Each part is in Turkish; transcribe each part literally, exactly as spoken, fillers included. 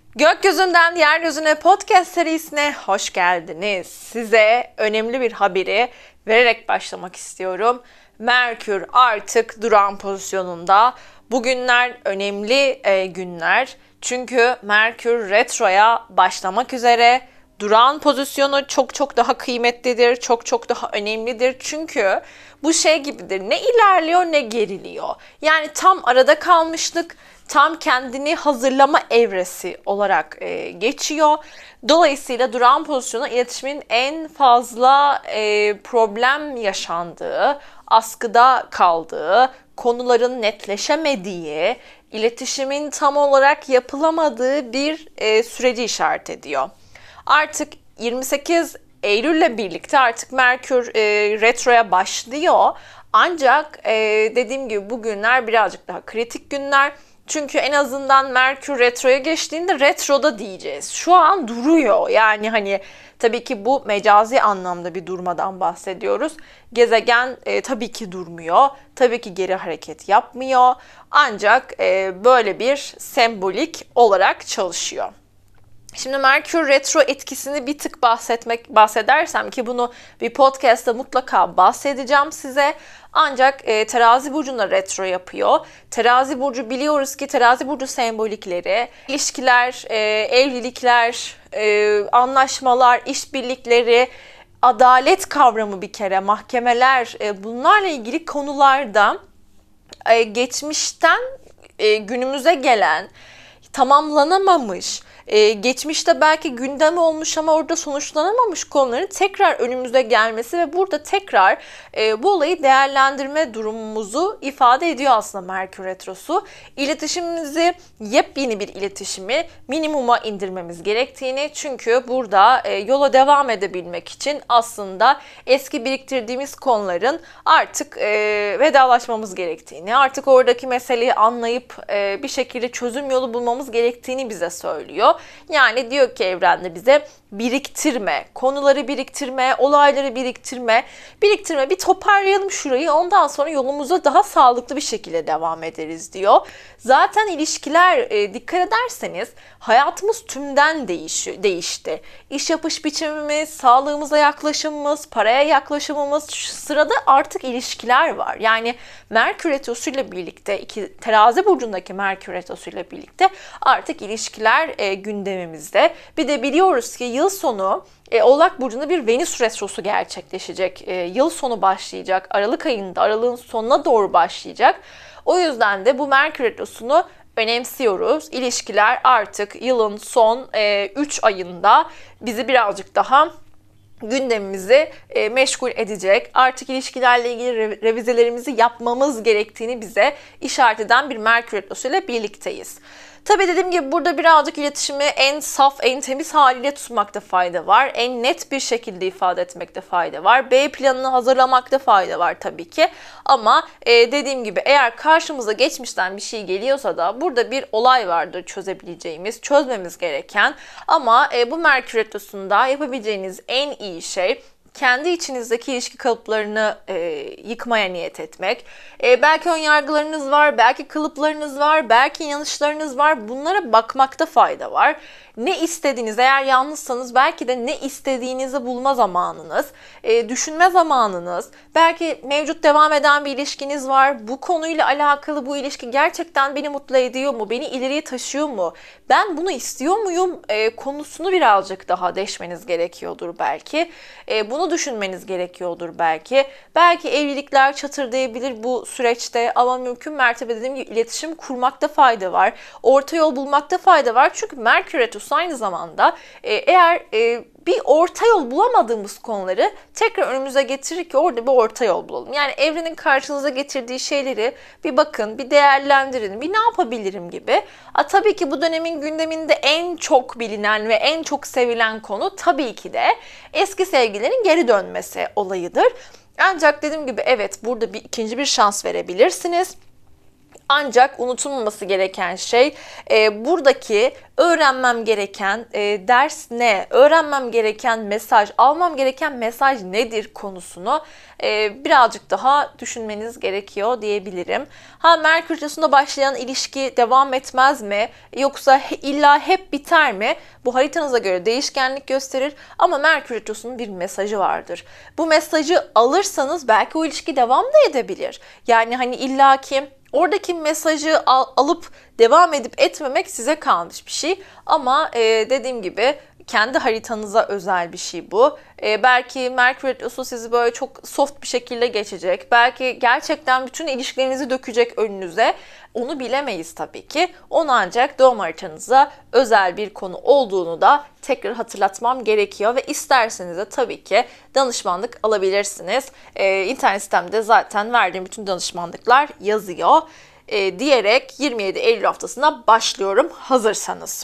Gökyüzünden Yeryüzüne podcast serisine hoş geldiniz. Size önemli bir haberi vererek başlamak istiyorum. Merkür artık duran pozisyonunda. Bugünler önemli e, günler. Çünkü Merkür retroya başlamak üzere. Duran pozisyonu çok çok daha kıymetlidir, çok çok daha önemlidir. Çünkü bu şey gibidir, ne ilerliyor ne geriliyor. Yani tam arada kalmışlık, tam kendini hazırlama evresi olarak e, geçiyor. Dolayısıyla duran pozisyonu iletişimin en fazla e, problem yaşandığı, askıda kaldığı, konuların netleşemediği, iletişimin tam olarak yapılamadığı bir e, süreci işaret ediyor. Artık yirmi sekiz Eylül'le birlikte artık Merkür e, retroya başlıyor. Ancak e, dediğim gibi bu günler birazcık daha kritik günler. Çünkü en azından Merkür retroya geçtiğinde retroda diyeceğiz. Şu an duruyor. Yani hani tabii ki bu mecazi anlamda bir durmadan bahsediyoruz. Gezegen e, tabii ki durmuyor. Tabii ki geri hareket yapmıyor. Ancak e, böyle bir sembolik olarak çalışıyor. Şimdi Merkür retro etkisini bir tık bahsetmek bahsedersem ki bunu bir podcast'ta mutlaka bahsedeceğim size. Ancak e, Terazi burcunda retro yapıyor. Terazi burcu biliyoruz ki Terazi burcu sembolikleri, ilişkiler, e, evlilikler, e, anlaşmalar, işbirlikleri, adalet kavramı bir kere, mahkemeler, e, bunlarla ilgili konularda e, geçmişten e, günümüze gelen, tamamlanamamış, Ee, geçmişte belki gündem olmuş ama orada sonuçlanamamış konuların tekrar önümüze gelmesi ve burada tekrar e, bu olayı değerlendirme durumumuzu ifade ediyor aslında Merkür Retrosu. İletişimimizi, yepyeni bir iletişimi minimuma indirmemiz gerektiğini, çünkü burada e, yola devam edebilmek için aslında eski biriktirdiğimiz konuların artık e, vedalaşmamız gerektiğini, artık oradaki meseleyi anlayıp e, bir şekilde çözüm yolu bulmamız gerektiğini bize söylüyor. Yani diyor ki evrende bize biriktirme, konuları biriktirme, olayları biriktirme, biriktirme, bir toparlayalım şurayı, ondan sonra yolumuza daha sağlıklı bir şekilde devam ederiz diyor. Zaten ilişkiler e, dikkat ederseniz hayatımız tümden değiş, değişti. İş yapış biçimimiz, sağlığımıza yaklaşımımız, paraya yaklaşımımız, şu sırada artık ilişkiler var. Yani Merkür Retrosu ile birlikte, iki, Terazi burcundaki Merkür Retrosu ile birlikte artık ilişkiler e, gündemimizde. Bir de biliyoruz ki yıl sonu e, Oğlak burcunda bir Venüs retrosu gerçekleşecek. E, yıl sonu başlayacak. Aralık ayında, aralığın sonuna doğru başlayacak. O yüzden de bu Merkür retrosunu önemsiyoruz. İlişkiler artık yılın son üç ayında bizi birazcık daha gündemimizi e, meşgul edecek. Artık ilişkilerle ilgili re- revizelerimizi yapmamız gerektiğini bize işaret eden bir Merkür retrosu ile birlikteyiz. Tabii dediğim gibi burada birazcık iletişimi en saf, en temiz haliyle tutmakta fayda var. En net bir şekilde ifade etmekte fayda var. B planını hazırlamakta fayda var tabii ki. Ama e, dediğim gibi eğer karşımıza geçmişten bir şey geliyorsa da burada bir olay vardır çözebileceğimiz, çözmemiz gereken. Ama e, bu Merkür Retrosu'nda yapabileceğiniz en iyi şey kendi içinizdeki ilişki kalıplarını e, yıkmaya niyet etmek. E, belki önyargılarınız var, belki kalıplarınız var, belki inanışlarınız var. Bunlara bakmakta fayda var. Ne istediğiniz, eğer yalnızsanız belki de ne istediğinizi bulma zamanınız, e, düşünme zamanınız, belki mevcut devam eden bir ilişkiniz var. Bu konuyla alakalı bu ilişki gerçekten beni mutlu ediyor mu, beni ileriye taşıyor mu, ben bunu istiyor muyum e, konusunu birazcık daha deşmeniz gerekiyordur belki. E, bunu düşünmeniz gerekiyordur belki. Belki evlilikler çatırdayabilir bu süreçte ama mümkün mertebe dediğim gibi iletişim kurmakta fayda var. Orta yol bulmakta fayda var. Çünkü Merkür Retrosu aynı zamanda e, eğer e, bir orta yol bulamadığımız konuları tekrar önümüze getirir ki orada bir orta yol bulalım. Yani evrenin karşınıza getirdiği şeyleri bir bakın, bir değerlendirin, bir ne yapabilirim gibi. A, tabii ki bu dönemin gündeminde en çok bilinen ve en çok sevilen konu tabii ki de eski sevgililerin geri dönmesi olayıdır. Ancak dediğim gibi evet, burada bir ikinci bir şans verebilirsiniz. Ancak unutulmaması gereken şey e, buradaki öğrenmem gereken e, ders ne, öğrenmem gereken mesaj, almam gereken mesaj nedir konusunu e, birazcık daha düşünmeniz gerekiyor diyebilirim. Ha, Merkür Retrosu'nda başlayan ilişki devam etmez mi? Yoksa illa hep biter mi? Bu haritanıza göre değişkenlik gösterir ama Merkür Retrosu'nun bir mesajı vardır. Bu mesajı alırsanız belki o ilişki devam da edebilir. Yani hani illaki oradaki mesajı al, alıp devam edip etmemek size kalmış bir şey. Ama e, dediğim gibi kendi haritanıza özel bir şey bu. E, belki Merkür Retrosu sizi böyle çok soft bir şekilde geçecek. Belki gerçekten bütün ilişkilerinizi dökecek önünüze. Onu bilemeyiz tabii ki. Onu ancak doğum haritanıza özel bir konu olduğunu da tekrar hatırlatmam gerekiyor. Ve isterseniz de tabii ki danışmanlık alabilirsiniz. E, internet sitemde zaten verdiğim bütün danışmanlıklar yazıyor. E, diyerek yirmi yedi Eylül haftasına başlıyorum hazırsanız.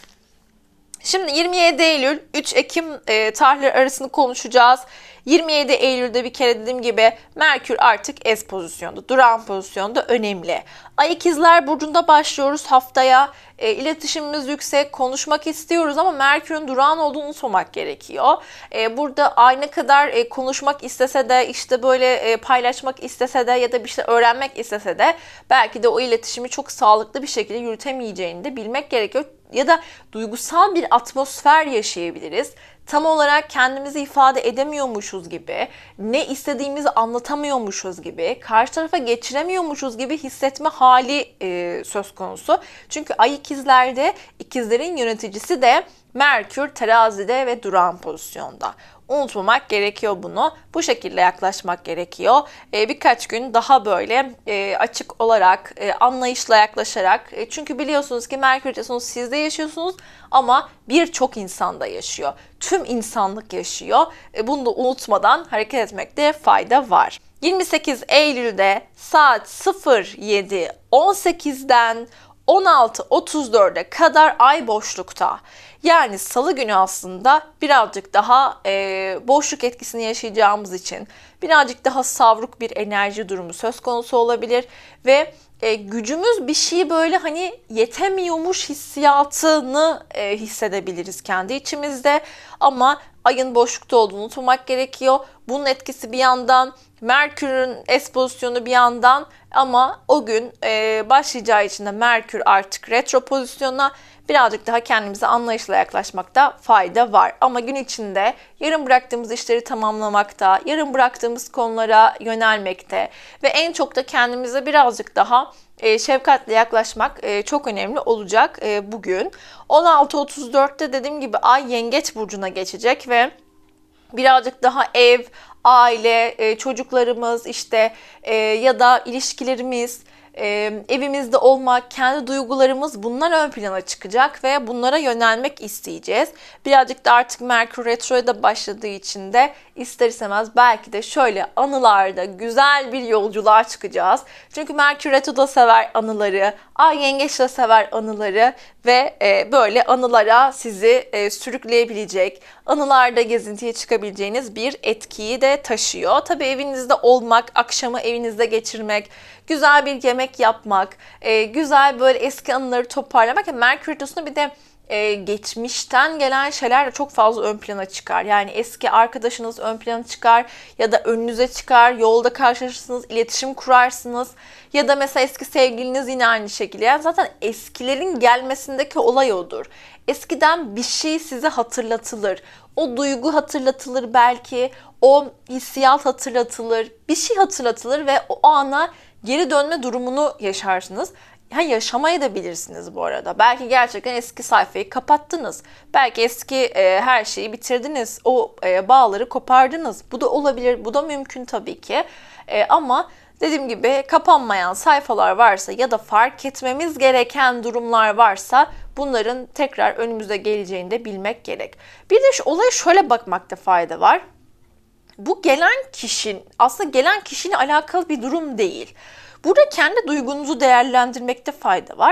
Şimdi yirmi yedi Eylül, üç Ekim e, tarihleri arasını konuşacağız. yirmi yedi Eylül'de bir kere dediğim gibi Merkür artık S pozisyonda, durağan pozisyonda önemli. Ay İkizler Burcu'nda başlıyoruz haftaya. E, iletişimimiz yüksek, konuşmak istiyoruz ama Merkür'ün durağan olduğunu unutmamak gerekiyor. E, burada ay ne kadar e, konuşmak istese de, işte böyle e, paylaşmak istese de ya da bir şey öğrenmek istese de belki de o iletişimi çok sağlıklı bir şekilde yürütemeyeceğini de bilmek gerekiyor. Ya da duygusal bir atmosfer yaşayabiliriz. Tam olarak kendimizi ifade edemiyormuşuz gibi, ne istediğimizi anlatamıyormuşuz gibi, karşı tarafa geçiremiyormuşuz gibi hissetme hali e, söz konusu. Çünkü Ay ikizlerde, ikizlerin yöneticisi de Merkür terazide ve durağan pozisyonda. Unutmamak gerekiyor bunu. Bu şekilde yaklaşmak gerekiyor. Ee, birkaç gün daha böyle e, açık olarak, e, anlayışla yaklaşarak. E, çünkü biliyorsunuz ki Merkür Retrosu'nu siz de yaşıyorsunuz ama birçok insan da yaşıyor. Tüm insanlık yaşıyor. E, bunu da unutmadan hareket etmekte fayda var. yirmi sekiz Eylül'de saat sıfır yedi on sekizden on altı otuz dörde kadar ay boşlukta. Yani salı günü aslında birazcık daha e, boşluk etkisini yaşayacağımız için birazcık daha savruk bir enerji durumu söz konusu olabilir ve e, gücümüz bir şeyi böyle hani yetemiyormuş hissiyatını e, hissedebiliriz kendi içimizde ama ayın boşlukta olduğunu unutmamak gerekiyor. Bunun etkisi bir yandan, Merkür'ün S pozisyonu bir yandan ama o gün e, başlayacağı için de Merkür artık retro pozisyonuna birazcık daha kendimize anlayışla yaklaşmakta fayda var. Ama gün içinde yarım bıraktığımız işleri tamamlamakta, yarım bıraktığımız konulara yönelmekte ve en çok da kendimize birazcık daha e, şefkatle yaklaşmak e, çok önemli olacak e, bugün. on altı otuz dörtte dediğim gibi Ay Yengeç Burcu'na geçecek ve birazcık daha ev, aile, e, çocuklarımız işte e, ya da ilişkilerimiz, e, evimizde olmak, kendi duygularımız bunlar ön plana çıkacak ve bunlara yönelmek isteyeceğiz. Birazcık da artık Merkür Retro'ya da başladığı için de ister istemez belki de şöyle anılarda güzel bir yolculuğa çıkacağız. Çünkü Merkür Retro da sever anıları, Ay Yengeç de sever anıları ve e, böyle anılara sizi e, sürükleyebilecek, anılarda gezintiye çıkabileceğiniz bir etkiyi de taşıyor. Tabii evinizde olmak, akşamı evinizde geçirmek, güzel bir yemek yapmak, e, güzel böyle eski anıları toparlamak. Yani Merkür Retrosu'nda bir de e, geçmişten gelen şeyler de çok fazla ön plana çıkar. Yani eski arkadaşınız ön plana çıkar ya da önünüze çıkar, yolda karşılaşırsınız, iletişim kurarsınız. Ya da mesela eski sevgiliniz yine aynı şekilde. Yani zaten eskilerin gelmesindeki olay odur. Eskiden bir şey size hatırlatılır. O duygu hatırlatılır belki, o hissiyat hatırlatılır, bir şey hatırlatılır ve o ana geri dönme durumunu yaşarsınız. Ha, yaşamaya da bilirsiniz bu arada. Belki gerçekten eski sayfayı kapattınız. Belki eski e, her şeyi bitirdiniz. O e, bağları kopardınız. Bu da olabilir. Bu da mümkün tabii ki. E, ama dediğim gibi kapanmayan sayfalar varsa ya da fark etmemiz gereken durumlar varsa bunların tekrar önümüze geleceğini de bilmek gerek. Bir de şu olaya şöyle bakmakta fayda var. Bu gelen kişinin, aslında gelen kişiyle alakalı bir durum değil. Burada kendi duygunuzu değerlendirmekte fayda var.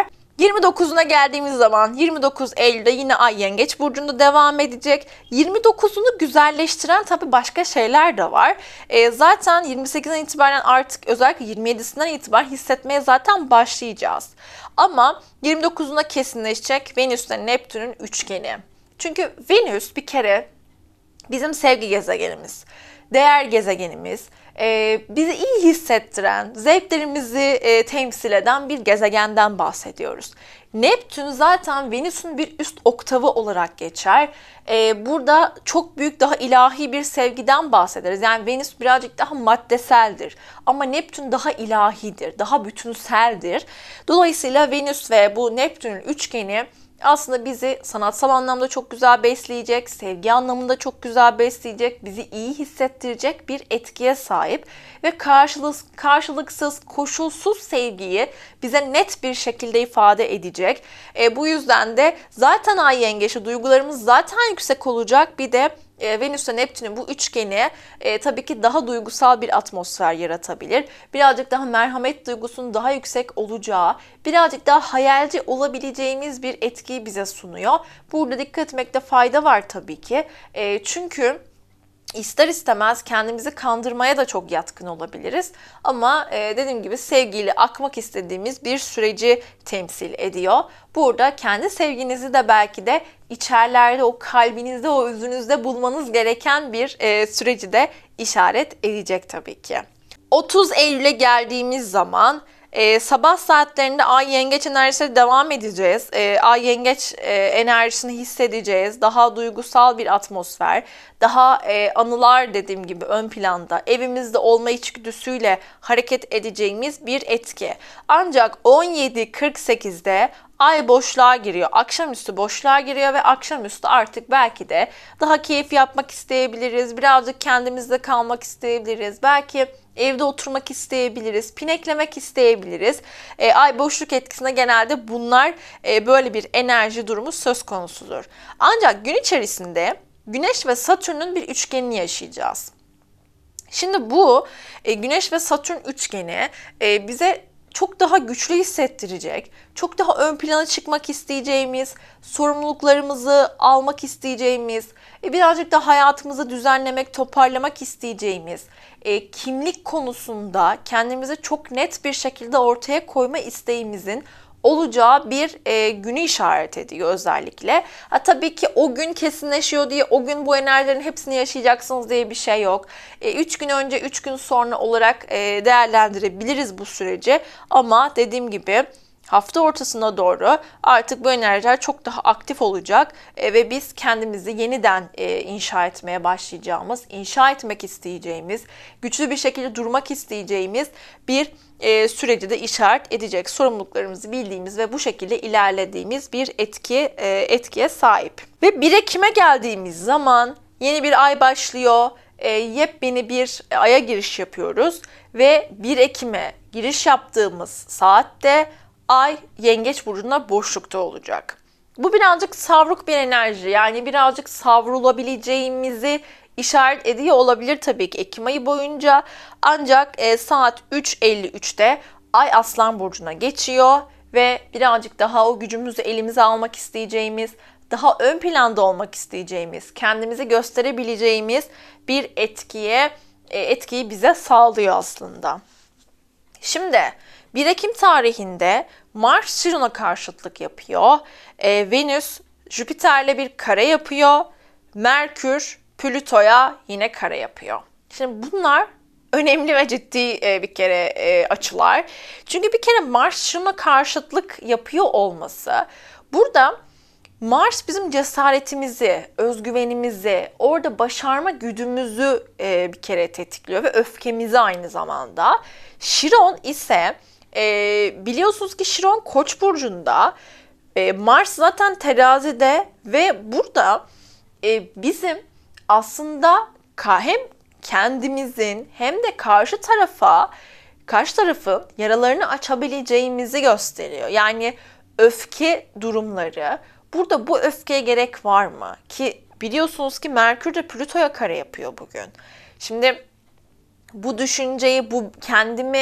yirmi dokuzuna geldiğimiz zaman yirmi dokuz Eylül'de yine Ay Yengeç burcunda devam edecek. yirmi dokuzunu güzelleştiren tabii başka şeyler de var. E, zaten yirmi sekizden itibaren artık özellikle yirmi yedisinden itibaren hissetmeye zaten başlayacağız. Ama yirmi dokuzuna kesinleşecek Venüs'le Neptün'ün üçgeni. Çünkü Venüs bir kere bizim sevgi gezegenimiz, değer gezegenimiz, e, bizi iyi hissettiren, zevklerimizi e, temsil eden bir gezegenden bahsediyoruz. Neptün zaten Venüs'ün bir üst oktavı olarak geçer. E, burada çok büyük, daha ilahi bir sevgiden bahsederiz. Yani Venüs birazcık daha maddeseldir. Ama Neptün daha ilahidir, daha bütünseldir. Dolayısıyla Venüs ve bu Neptün'ün üçgeni aslında bizi sanatsal anlamda çok güzel besleyecek, sevgi anlamında çok güzel besleyecek, bizi iyi hissettirecek bir etkiye sahip ve karşılık, karşılıksız, koşulsuz sevgiyi bize net bir şekilde ifade edecek. E, bu yüzden de zaten Ay Yengeç'te duygularımız zaten yüksek olacak. Bir de E, Venüs ve Neptün'ün bu üçgeni e, tabii ki daha duygusal bir atmosfer yaratabilir. Birazcık daha merhamet duygusunun daha yüksek olacağı, birazcık daha hayalci olabileceğimiz bir etkiyi bize sunuyor. Burada dikkat etmekte fayda var tabii ki. E, çünkü İster istemez kendimizi kandırmaya da çok yatkın olabiliriz. Ama e, dediğim gibi sevgiyle akmak istediğimiz bir süreci temsil ediyor. Burada kendi sevginizi de belki de içerlerde, o kalbinizde, o özünüzde bulmanız gereken bir e, süreci de işaret edecek tabii ki. otuz Eylül'e geldiğimiz zaman Ee, sabah saatlerinde Ay Yengeç enerjisiyle devam edeceğiz. Ee, Ay Yengeç e, enerjisini hissedeceğiz. Daha duygusal bir atmosfer, daha e, anılar dediğim gibi ön planda, evimizde olma içgüdüsüyle hareket edeceğimiz bir etki. Ancak on yedi kırk sekizde Ay boşluğa giriyor, akşamüstü boşluğa giriyor ve akşamüstü artık belki de daha keyif yapmak isteyebiliriz, birazcık kendimizde kalmak isteyebiliriz, belki evde oturmak isteyebiliriz, pineklemek isteyebiliriz. E, ay boşluk etkisinde genelde bunlar e, böyle bir enerji durumu söz konusudur. Ancak gün içerisinde Güneş ve Satürn'ün bir üçgenini yaşayacağız. Şimdi bu e, Güneş ve Satürn üçgeni e, bize çok daha güçlü hissettirecek, çok daha ön plana çıkmak isteyeceğimiz, sorumluluklarımızı almak isteyeceğimiz, birazcık da hayatımızı düzenlemek, toparlamak isteyeceğimiz, kimlik konusunda kendimizi çok net bir şekilde ortaya koyma isteğimizin olacağı bir e, günü işaret ediyor özellikle. Ha, tabii ki o gün kesinleşiyor diye o gün bu enerjilerin hepsini yaşayacaksınız diye bir şey yok. üç gün önce, üç gün sonra olarak e, değerlendirebiliriz bu süreci. Ama dediğim gibi hafta ortasına doğru artık bu enerjiler çok daha aktif olacak e, ve biz kendimizi yeniden e, inşa etmeye başlayacağımız, inşa etmek isteyeceğimiz, güçlü bir şekilde durmak isteyeceğimiz bir e, süreci de işaret edecek. Sorumluluklarımızı bildiğimiz ve bu şekilde ilerlediğimiz bir etki e, etkiye sahip. Ve bir Ekim'e geldiğimiz zaman yeni bir ay başlıyor. E, yepyeni bir aya giriş yapıyoruz ve bir Ekim'e giriş yaptığımız saatte Ay Yengeç burcunda boşlukta olacak. Bu birazcık savruk bir enerji, yani birazcık savrulabileceğimizi işaret ediyor olabilir tabii ki Ekim ayı boyunca. Ancak e, saat üç elli üçte Ay Aslan burcuna geçiyor ve birazcık daha o gücümüzü elimize almak isteyeceğimiz, daha ön planda olmak isteyeceğimiz, kendimizi gösterebileceğimiz bir etkiye e, etkiyi bize sağlıyor aslında. Şimdi bir Ekim tarihinde Mars Şiron'a karşıtlık yapıyor. E, Venüs Jüpiter'le bir kare yapıyor. Merkür Plüto'ya yine kare yapıyor. Şimdi bunlar önemli ve ciddi e, bir kere e, açılar. Çünkü bir kere Mars Şiron'a karşıtlık yapıyor olması burada Mars bizim cesaretimizi, özgüvenimizi, orada başarma güdümüzü e, bir kere tetikliyor ve öfkemizi aynı zamanda. Şiron ise e, biliyorsunuz ki Şiron Koç burcunda, e, Mars zaten terazide ve burada e, bizim aslında hem kendimizin hem de karşı tarafa, karşı tarafın yaralarını açabileceğimizi gösteriyor. Yani öfke durumları. Burada bu öfkeye gerek var mı? Ki biliyorsunuz ki Merkür de Plüto'ya kare yapıyor bugün. Şimdi bu düşünceyi, bu kendimi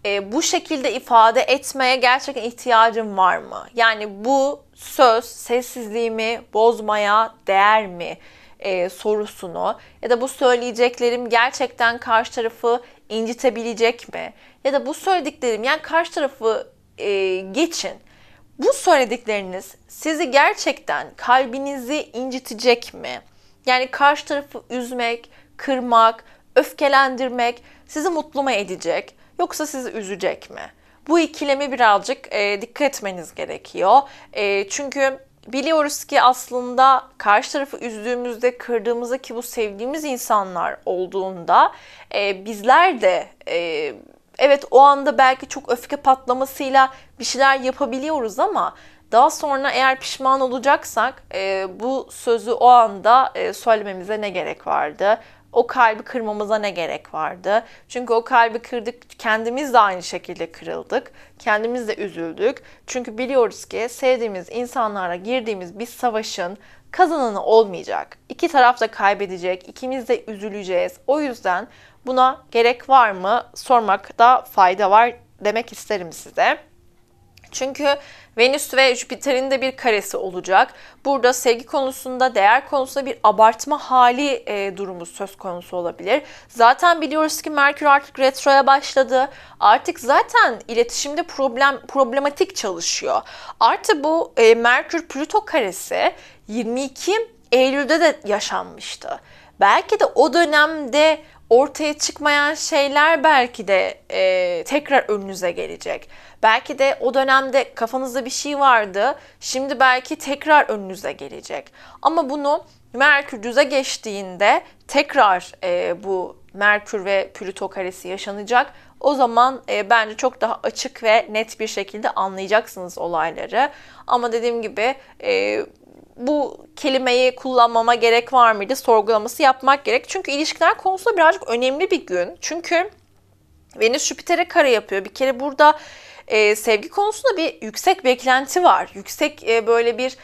e, bu şekilde ifade etmeye gerçekten ihtiyacım var mı? Yani bu söz sessizliğimi bozmaya değer mi e, sorusunu ya da bu söyleyeceklerim gerçekten karşı tarafı incitebilecek mi? Ya da bu söylediklerim, yani karşı tarafı e, geçin. Bu söyledikleriniz sizi gerçekten, kalbinizi incitecek mi? Yani karşı tarafı üzmek, kırmak, öfkelendirmek sizi mutlu mu edecek, yoksa sizi üzecek mi? Bu ikilemi birazcık e, dikkat etmeniz gerekiyor. E, çünkü biliyoruz ki aslında karşı tarafı üzdüğümüzde, kırdığımızda, ki bu sevdiğimiz insanlar olduğunda e, bizler de e, evet o anda belki çok öfke patlamasıyla bir şeyler yapabiliyoruz ama daha sonra eğer pişman olacaksak e, bu sözü o anda e, söylememize ne gerek vardı? O kalbi kırmamıza ne gerek vardı? Çünkü o kalbi kırdık, kendimiz de aynı şekilde kırıldık. Kendimiz de üzüldük. Çünkü biliyoruz ki sevdiğimiz insanlarla girdiğimiz bir savaşın kazananı olmayacak. İki taraf da kaybedecek, ikimiz de üzüleceğiz. O yüzden buna gerek var mı sormakta fayda var demek isterim size. Çünkü Venüs ve Jüpiter'in de bir karesi olacak. Burada sevgi konusunda, değer konusunda bir abartma hali e, durumu söz konusu olabilir. Zaten biliyoruz ki Merkür artık retroya başladı. Artık zaten iletişimde problem problematik çalışıyor. Artı bu e, Merkür-Plüto karesi yirmi iki Eylül'de de yaşanmıştı. Belki de o dönemde ortaya çıkmayan şeyler belki de e, tekrar önünüze gelecek. Belki de o dönemde kafanızda bir şey vardı, şimdi belki tekrar önünüze gelecek. Ama bunu Merkür düze geçtiğinde tekrar e, bu Merkür ve Plüto karesi yaşanacak. O zaman e, bence çok daha açık ve net bir şekilde anlayacaksınız olayları. Ama dediğim gibi e, bu kelimeyi kullanmama gerek var mıydı sorgulaması yapmak gerek. Çünkü ilişkiler konusunda birazcık önemli bir gün. Çünkü Venüs Jüpiter'e kare yapıyor. Bir kere burada e, sevgi konusunda bir yüksek beklenti var. Yüksek e, böyle bir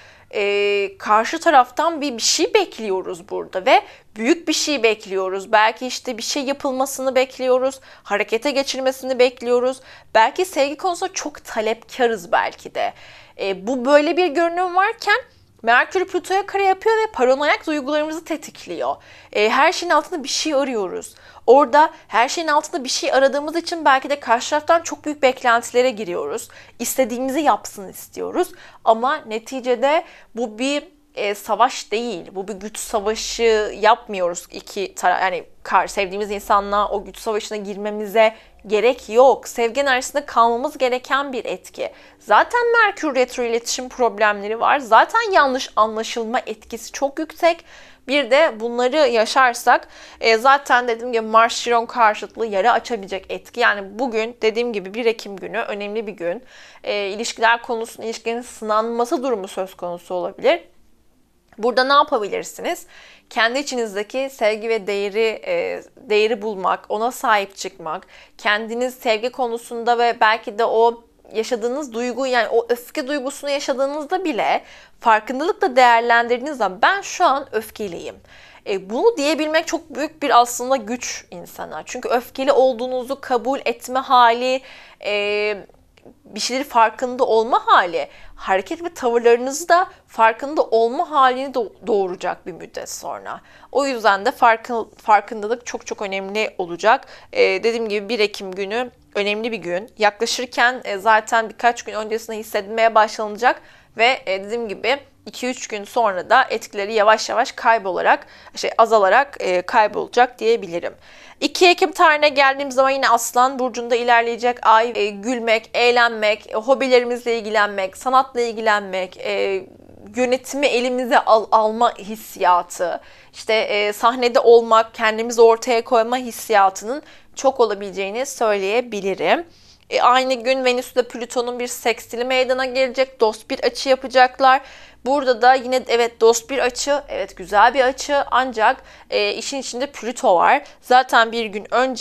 e, karşı taraftan bir, bir şey bekliyoruz burada ve büyük bir şey bekliyoruz. Belki işte bir şey yapılmasını bekliyoruz, harekete geçirmesini bekliyoruz. Belki sevgi konusunda çok talepkarız belki de. E, bu böyle bir görünüm varken Merkür Plüto'ya kare yapıyor ve paranoyak duygularımızı tetikliyor. E, her şeyin altında bir şey arıyoruz. Orada her şeyin altında bir şey aradığımız için belki de karşı taraftan çok büyük beklentilere giriyoruz. İstediğimizi yapsın istiyoruz. Ama neticede bu bir e, savaş değil. Bu bir güç savaşı yapmıyoruz iki taraf. Yani sevdiğimiz insanla o güç savaşına girmemize gerek yok. Sevgi enerjisinde kalmamız gereken bir etki. Zaten Merkür retro iletişim problemleri var. Zaten yanlış anlaşılma etkisi çok yüksek. Bir de bunları yaşarsak e, zaten dediğim gibi Mars-Şiron karşıtlığı yara açabilecek etki. Yani bugün dediğim gibi bir Ekim günü önemli bir gün. E, ilişkiler konusunda ilişkilerin sınanması durumu söz konusu olabilir. Burada ne yapabilirsiniz? Kendi içinizdeki sevgi ve değeri e, değeri bulmak, ona sahip çıkmak, kendiniz sevgi konusunda ve belki de o yaşadığınız duygu, yani o öfke duygusunu yaşadığınızda bile farkındalıkla değerlendirdiğinizde ben şu an öfkeliyim. E, bunu diyebilmek çok büyük bir aslında güç insana. Çünkü öfkeli olduğunuzu kabul etme hali, e, bir şeyleri farkında olma hali, hareket ve tavırlarınızı da farkında olma halini doğuracak bir müddet sonra. O yüzden de farkındalık çok çok önemli olacak. Ee, dediğim gibi bir Ekim günü önemli bir gün. Yaklaşırken e, zaten birkaç gün öncesinde hissedilmeye başlanacak ve e, dediğim gibi iki üç gün sonra da etkileri yavaş yavaş kaybolarak, şey azalarak e, kaybolacak diyebilirim. iki Ekim tarihine geldiğim zaman yine Aslan burcunda ilerleyecek ay. E, gülmek, eğlenmek, e, hobilerimizle ilgilenmek, sanatla ilgilenmek, e, yönetimi elimize al, alma hissiyatı, işte e, sahnede olmak, kendimizi ortaya koyma hissiyatının çok olabileceğini söyleyebilirim. E, aynı gün Venüs ile Plüton'un bir sekstili meydana gelecek. Dost bir açı yapacaklar. Burada da yine evet dost bir açı, evet güzel bir açı, ancak e, işin içinde Plüto var. Zaten bir gün önce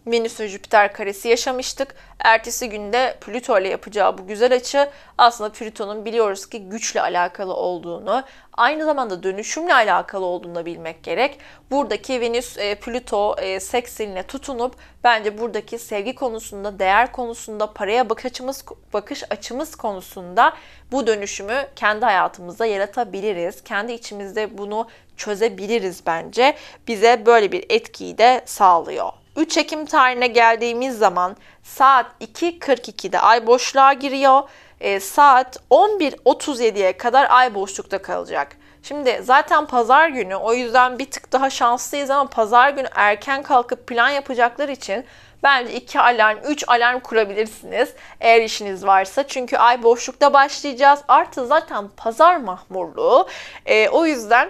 Venüs ve Jüpiter karesi yaşamıştık. Ertesi günde Plüto ile yapacağı bu güzel açı aslında Plüton'un biliyoruz ki güçle alakalı olduğunu, aynı zamanda dönüşümle alakalı olduğunu da bilmek gerek. Buradaki Venüs-Plüto e, seksiline tutunup bence buradaki sevgi konusunda, değer konusunda, paraya bakış açımız, bakış açımız konusunda bu dönüşümü kendi hayatımızda yaratabiliriz. Kendi içimizde bunu çözebiliriz bence. Bize böyle bir etkiyi de sağlıyor. üç Ekim tarihine geldiğimiz zaman saat iki kırk ikide ay boşluğa giriyor. E, saat on bir otuz yediye kadar ay boşlukta kalacak. Şimdi zaten pazar günü, o yüzden bir tık daha şanslıyız ama pazar günü erken kalkıp plan yapacaklar için bence iki alarm, üç alarm kurabilirsiniz eğer işiniz varsa. Çünkü ay boşlukta başlayacağız. Artı zaten pazar mahmurluğu. E, o yüzden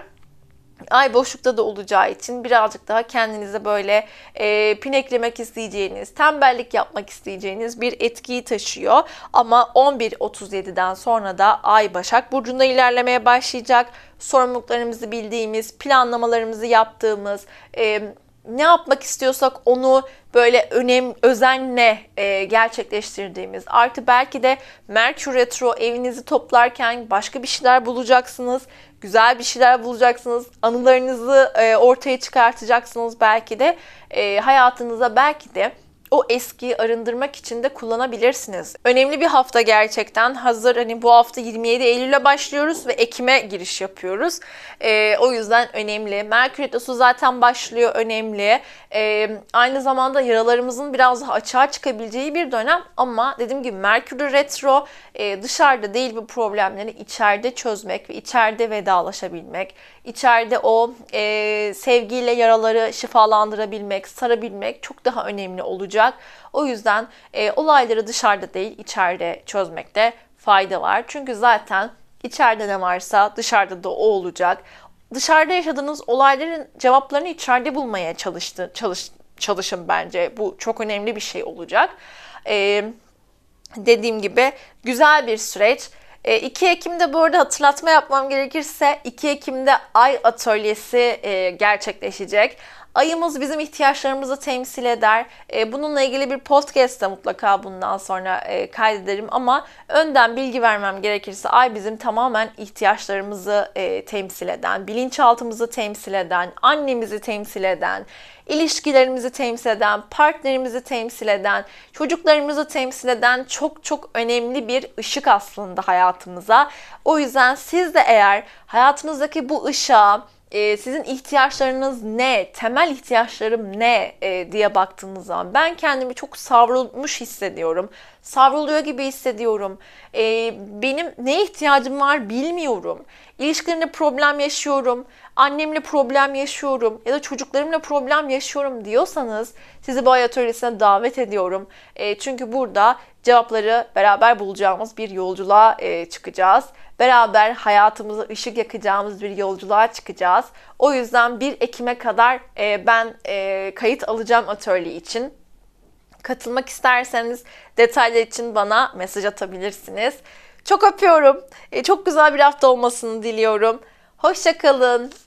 ay boşlukta da olacağı için birazcık daha kendinize böyle e, pineklemek isteyeceğiniz, tembellik yapmak isteyeceğiniz bir etkiyi taşıyor. Ama on bir otuz yediden sonra da ay Başak Burcu'nda ilerlemeye başlayacak. Sorumluluklarımızı bildiğimiz, planlamalarımızı yaptığımız, e, ne yapmak istiyorsak onu böyle önem, özenle e, gerçekleştirdiğimiz, artı belki de Merkür Retro evinizi toplarken başka bir şeyler bulacaksınız. Güzel bir şeyler bulacaksınız. Anılarınızı e, ortaya çıkartacaksınız belki de. E, hayatınıza belki de o eskiyi arındırmak için de kullanabilirsiniz. Önemli bir hafta gerçekten. Hazır hani bu hafta yirmi yedi Eylül'e başlıyoruz ve Ekim'e giriş yapıyoruz. Ee, o yüzden önemli. Merkür Retrosu zaten başlıyor, önemli. Ee, aynı zamanda yaralarımızın biraz daha açığa çıkabileceği bir dönem ama dediğim gibi Merkür Retro e, dışarıda değil bu problemleri içeride çözmek ve içeride vedalaşabilmek, içeride o e, sevgiyle yaraları şifalandırabilmek, sarabilmek çok daha önemli olacak. O yüzden e, olayları dışarıda değil içeride çözmekte fayda var. Çünkü zaten içeride ne varsa dışarıda da o olacak. Dışarıda yaşadığınız olayların cevaplarını içeride bulmaya çalıştı, çalış, çalışın bence. Bu çok önemli bir şey olacak. E, dediğim gibi güzel bir süreç. iki Ekim'de bu arada hatırlatma yapmam gerekirse iki Ekim'de Ay Atölyesi gerçekleşecek. Ayımız bizim ihtiyaçlarımızı temsil eder. Bununla ilgili bir podcast da mutlaka bundan sonra kaydederim ama önden bilgi vermem gerekirse ay bizim tamamen ihtiyaçlarımızı temsil eden, bilinçaltımızı temsil eden, annemizi temsil eden, ilişkilerimizi temsil eden, partnerimizi temsil eden, çocuklarımızı temsil eden çok çok önemli bir ışık aslında hayatımıza. O yüzden siz de eğer hayatınızdaki bu ışığa Ee, sizin ihtiyaçlarınız ne, temel ihtiyaçlarım ne e, diye baktığınız zaman ben kendimi çok savrulmuş hissediyorum. Savruluyor gibi hissediyorum. Ee, benim ne ihtiyacım var bilmiyorum. İlişkilerimde problem yaşıyorum. Annemle problem yaşıyorum. Ya da çocuklarımla problem yaşıyorum diyorsanız sizi bu ay atölyesine davet ediyorum. E, çünkü burada cevapları beraber bulacağımız bir yolculuğa e, çıkacağız. Beraber hayatımıza ışık yakacağımız bir yolculuğa çıkacağız. O yüzden bir Ekim'e kadar e, ben e, kayıt alacağım atölye için. Katılmak isterseniz detaylar için bana mesaj atabilirsiniz. Çok öpüyorum. E, çok güzel bir hafta olmasını diliyorum. Hoşça kalın.